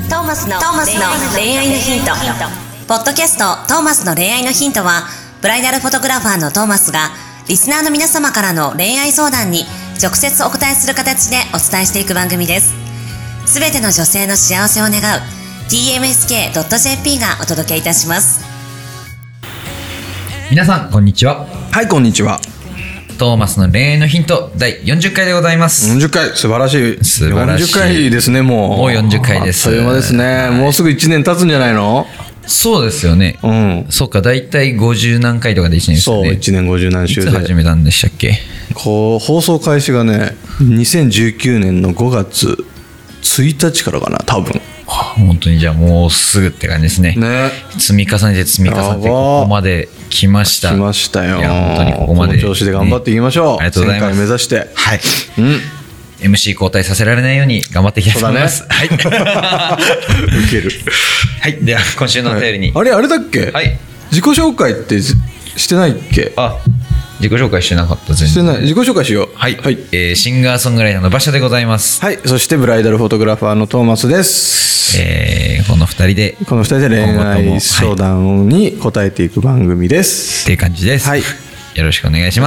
トーマスの恋愛のヒント。ポッドキャストトーマスの恋愛のヒントは、ブライダルフォトグラファーのトーマスがリスナーの皆様からの恋愛相談に直接お答えする形でお伝えしていく番組です。すべての女性の幸せを願う tmsk.jp がお届けいたします。 皆さんこんにちは。 はい、こんにちは。 トーマスの恋愛のヒント第40回でございます。 40回、素晴らしい。 素晴らしい。 40回ですね。もう 40回です。 あっという間ですね。もうすぐ1年経つんじゃないの？ そうですよね。そうか、だいたい50何回とかで1年ですよね。 そう、1年50何週で。 いつ始めたんでしたっけ？ こう放送開始がね、2019年の5月1日からかな、多分。 本当にじゃあもうすぐって感じですね。積み重ねて積み重ねてここまで来ました。 来ましたよ。 いや本当にここまで、 この調子で頑張っていきましょう。 ありがとうございます。 1000回目指して。 はい。MC 交代させられないように頑張っていきたいと思います。はい。受ける。 はい。では今週のお便りに。 あれだっけ？はい。自己紹介ってしてないっけ？ 自己紹介してなかった。 してない。自己紹介しよう。 はい。シンガーソングライターの馬車でございます。 はい。そしてブライダルフォトグラファーのトーマスです。 この二人で恋愛相談に答えていく番組です。 っていう感じです。はい。よろしくお願いします。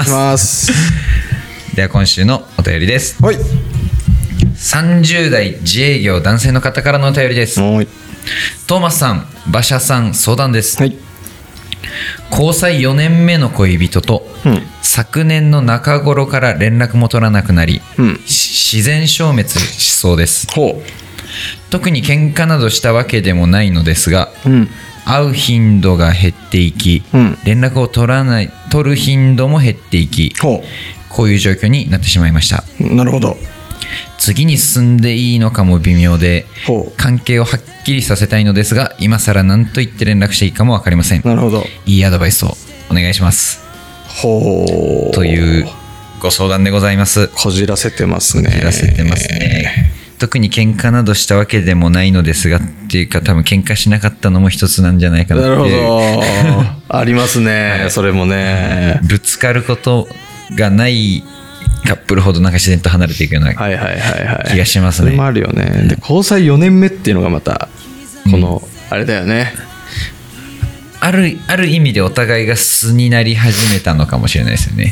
では今週のお便りです。はい。30代自営業男性の方からのお便りです。はい。トーマスさん、馬車さん、相談です。はい。交際4年目の恋人と、昨年の中頃から連絡も取らなくなり、自然消滅しそうです。特に喧嘩などしたわけでもないのですが、会う頻度が減っていき、連絡を取る頻度も減っていき、こういう状況になってしまいました。 なるほど。 次に進んでいいのかも微妙で、関係をはっきりさせたいのですが、今更何と言って連絡していいかも分かりません。 なるほど。 いいアドバイスをお願いします。というご相談でございます。 こじらせてますね。 特に喧嘩などしたわけでもないのですが、っていうか多分喧嘩しなかったのも一つなんじゃないかなっていう。 なるほど。ありますね。それもね。 ぶつかることがないカップルほどなんか自然と離れていくような気がしますね。 それもあるよね。で、交際4年目っていうのがまたこのあれだよね。 ある意味でお互いが素になり始めたのかもしれないですよね。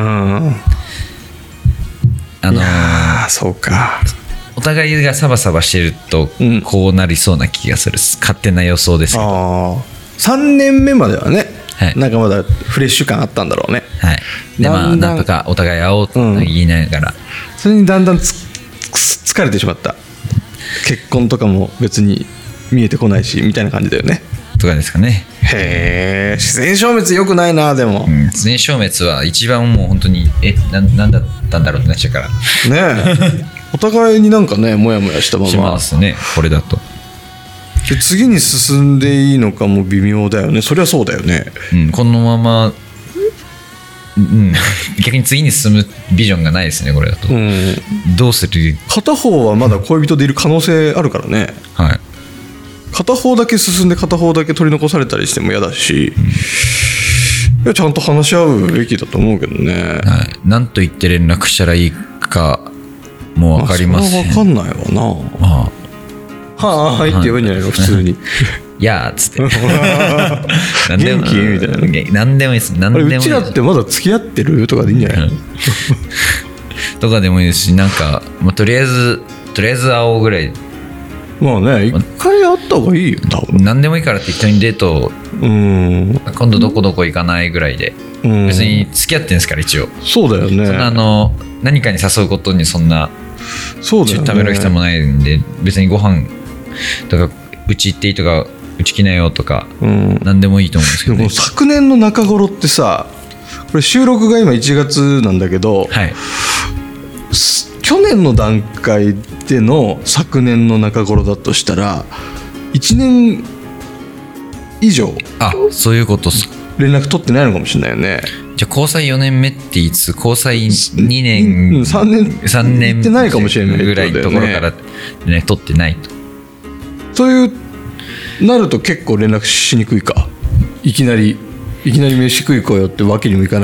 そうか。 お互いがサバサバしてるとこうなりそうな気がする。勝手な予想ですけど。 3年目まではね、なんかまだフレッシュ感あったんだろうね。 はい。でなんとかお互い会おうと言いながら、 それにだんだん疲れてしまった。結婚とかも別に見えてこないしみたいな感じだよね。 とかですかね。 へえ、自然消滅良くないな。でも、 自然消滅は一番もう本当に何だったんだろうってなっちゃうからね。お互いになんかね、モヤモヤしたまましますね、これだと。 で次に進んでいいのかも微妙だよね。そりゃそうだよね。 このまま、逆に次に進むビジョンがないですね、これだと。どうする？ 片方はまだ恋人でいる可能性あるからね。はい。片方だけ進んで片方だけ取り残されたりしても嫌だし、いやちゃんと話し合うべきだと思うけどね。 はい。何と言って連絡したらいいかもう分かりません。 それは分かんないわな。はいって言えばいいんじゃないの、普通に。 いやーっつって。 元気みたいな。 何でもいいです。何でもいいです。 うちらってまだ付き合ってるとかでいいんじゃないの？ とかでもいいですし、なんか、とりあえず会おうぐらい。 まあね、一回会った方がいいよ、多分。 何でもいいから適当にデートを、今度どこどこ行かないぐらいで、別に付き合ってんですから、一応。 そうだよね。 そんな何かに誘うことにそんなためる人もないんで、別にご飯とかうち行っていいとかうち来なよとか、何でもいいと思うんですけど、ね、 でも昨年の中頃ってさ、これ収録が今1月なんだけど、去年の段階での昨年の中頃だとしたら1年以上そういうこと連絡取ってないのかもしれないよね。 じゃあ交際4年目っていつ、交際2年 3年行ってないかもしれないぐらいのところから連絡取ってないと。 そういうなると結構連絡しにくいか。いきなり飯食いこよってわけにもいかないか。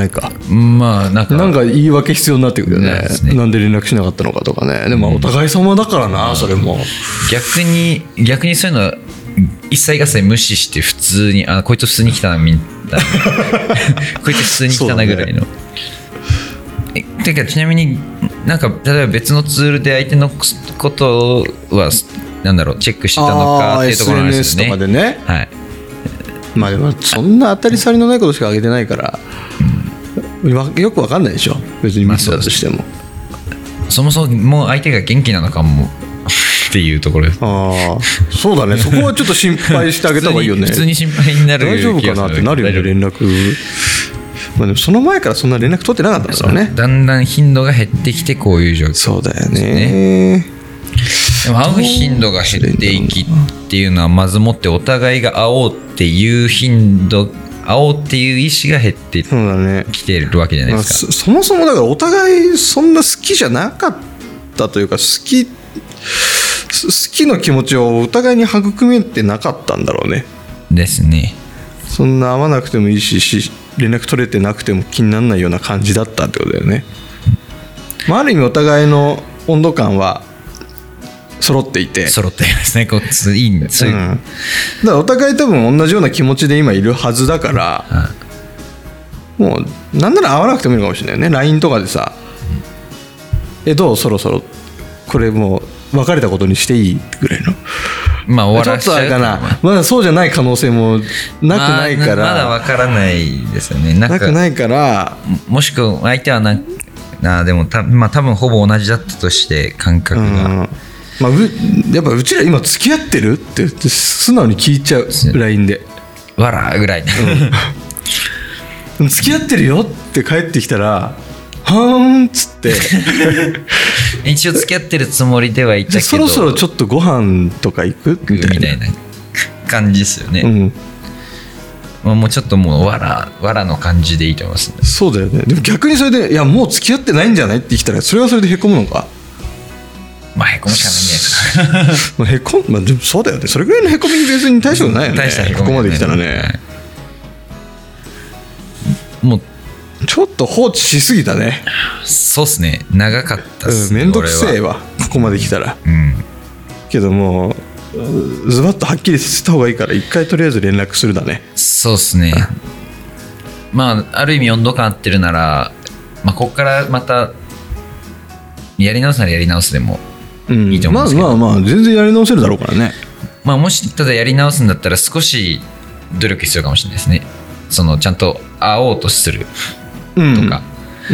まあなんか言い訳必要になってくるよね。なんで連絡しなかったのかとかね。でもお互い様だからな、それも。 逆にそういうのは一切合切無視して普通にこいつ普通に来たなみたいなこいつ普通に来たなぐらいの。てかちなみになんか例えば別のツールで相手のことはなんだろうチェックしてたのかっていうところなんですよね。 SNS とかでね。 はい。 まあでもそんな当たり障りのないことしか上げてないから、よくわかんないでしょ別にミスだとしても、 そもそも相手が元気なのかもっていうところです。 そうだねそこはちょっと心配してあげた方がいいよね普通に心配になる大丈夫かなってなるよね連絡。まあでもその前からそんな連絡取ってなかったからね。 だんだん頻度が減ってきてこういう状況ですね。 そうだよね。 でも会う頻度が減っていきっていうのはまずもってお互いが会おうっていう頻度会おうっていう意思が減ってきてるわけじゃないですか。 そもそもだからお互いそんな好きじゃなかったというか好きの気持ちをお互いに育めてなかったんだろうね。 ですね。 そんな会わなくてもいいし連絡取れてなくても気にならないような感じだったってことだよね。まあ、ある意味お互いの温度感は揃っていてますね。こういいんです、だからお互い多分同じような気持ちで今いるはずだから、もうなんなら会わなくてもいいのかもしれないよね。 LINE とかでさ、どうそろそろこれもう別れたことにしていいぐらいの、 まあ終わらせちゃうちょっとあれかな、まだそうじゃない可能性もなくないから、 まだ分からないですよね。 なくないから、 もしくは相手はでもまあ多分ほぼ同じだったとして感覚が、 まあ、やっぱうちら今付き合ってるって言って素直に聞いちゃう LINE でわらぐらい、 付き合ってるよって帰ってきたらはーんっつって一応付き合ってるつもりではいたけどそろそろちょっとご飯とか行くみたいな感じですよね。まあ、もうちょっともうわらの感じでいいと思いますね。 そうだよね。でも逆にそれでいやもう付き合ってないんじゃないって言ったらそれはそれでへこむのか。 まあへこむしかないんじゃないですか。 まあでもそうだよね。それぐらいのへこみに別に大したことないよね。 大したへこみここまで来たらね、 もうちょっと放置しすぎたね。 そうっすね。長かったっすね。 めんどくせえわここまで来たら、けどもうズバッとはっきりさせた方がいいから一回とりあえず連絡するだね。 そうっすね。まあある意味温度感合ってるなら、まあ、ここからまたやり直すならやり直すでもいいと思うんですけど、 まあ全然やり直せるだろうからね。 まあ、もしただやり直すんだったら少し努力必要かもしれないですね。そのちゃんと会おうとするとか、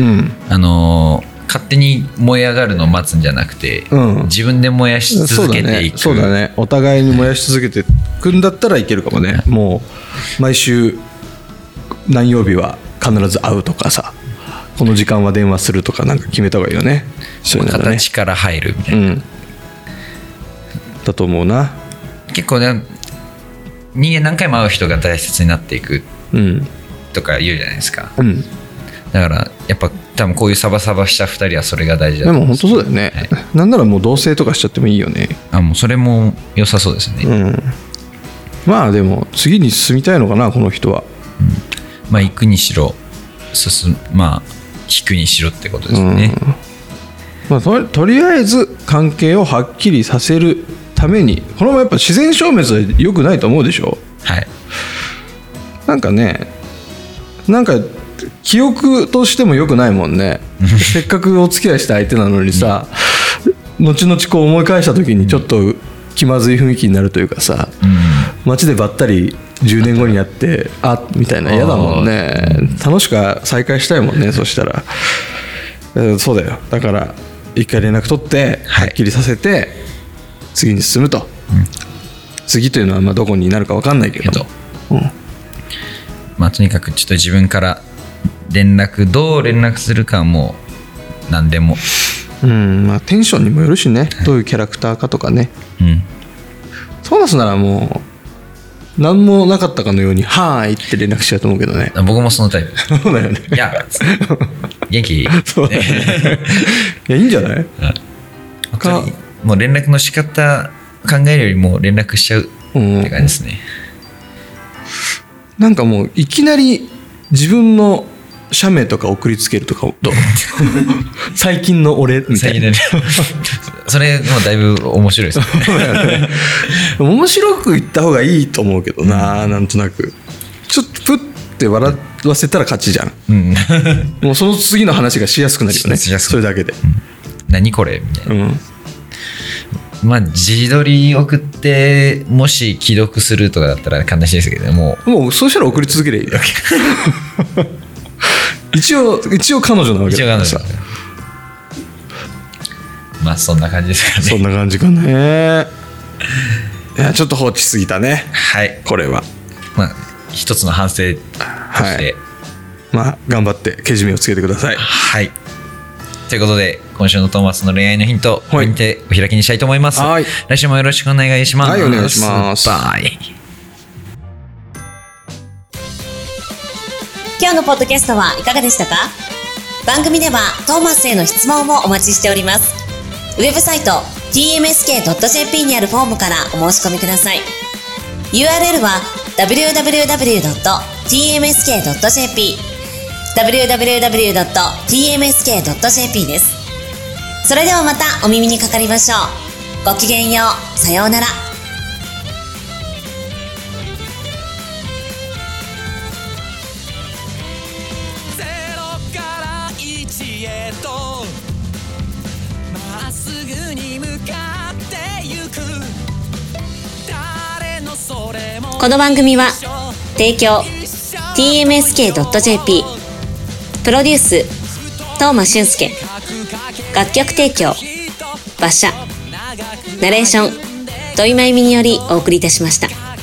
勝手に燃え上がるのを待つんじゃなくて、自分で燃やし続けていく。 そうだね。お互いに燃やし続けていくんだったらいけるかもね。もう毎週何曜日は必ず会うとかさ、この時間は電話するとかなんか決めた方がいいよね。 そういうのね、形から入るみたいな、 だと思うな。 結構ね、人間何回も会う人が大切になっていくとか言うじゃないですか、だからやっぱ多分こういうサバサバした2人はそれが大事だと思う。 でも本当そうだよね、なんならもう同棲とかしちゃってもいいよね。 もうそれも良さそうですね、 まあでも次に進みたいのかなこの人は、 まあ行くにしろまあ引くにしろってことですね、 まあ、とりあえず関係をはっきりさせるためにこのままやっぱ自然消滅は良くないと思うでしょ。なんかね、なんか記憶としても良くないもんねせっかくお付き合いした相手なのにさ、後々こう思い返した時にちょっと気まずい雰囲気になるというかさ、街でばったり10年後にやってみたいな嫌だもんね。楽しく再会したいもんね。そしたらそうだよ。だから一回連絡取ってはっきりさせて次に進むと、次というのはまあどこになるか分かんないけど、 まあとにかくちょっと自分からどう連絡するかはもう何でも、 まあテンションにもよるしね、どういうキャラクターかとかね、そうなすならもう何もなかったかのようにはーいって連絡しちゃうと思うけどね。 僕もそのタイプ。 そうだよね。 いや元気そうだねいやいいんじゃない、 もう連絡の仕方考えるよりも連絡しちゃうって感じですね、 なんかもういきなり自分の写メとか送りつけるとかと最近の俺みたいなそれもだいぶ面白いですね面白く言った方がいいと思うけどな、なんとなくちょっとプッて笑わせたら勝ちじゃん、もうその次の話がしやすくなるよね、それだけで、 何これみたいな、まあ自撮り送ってもし既読するとかだったら簡単ですけど、もうそうしたら送り続ければいいわけ一応彼女なわけだからさ、 まあそんな感じですかね。 そんな感じかね。いやちょっと放置しすぎたね。 はい。 これはまあ一つの反省として、 まあ頑張ってけじめをつけてください。 はい。ということで今週のトーマスの恋愛のヒント、これにてお開きにしたいと思います。 はい。 来週もよろしくお願いします。 はい、お願いします。 バイ。 今日のポッドキャストはいかがでしたか？番組ではトーマスへの質問もお待ちしております。ウェブサイト tmsk.jp にあるフォームからお申し込みください。 URL は www.tmsk.jp www.tmsk.jp です。それではまたお耳にかかりましょう。ごきげんよう。さようなら。この番組は提供 tmsk.jp プロデュース東間俊介、楽曲提供馬車、ナレーション土井真由美によりお送りいたしました。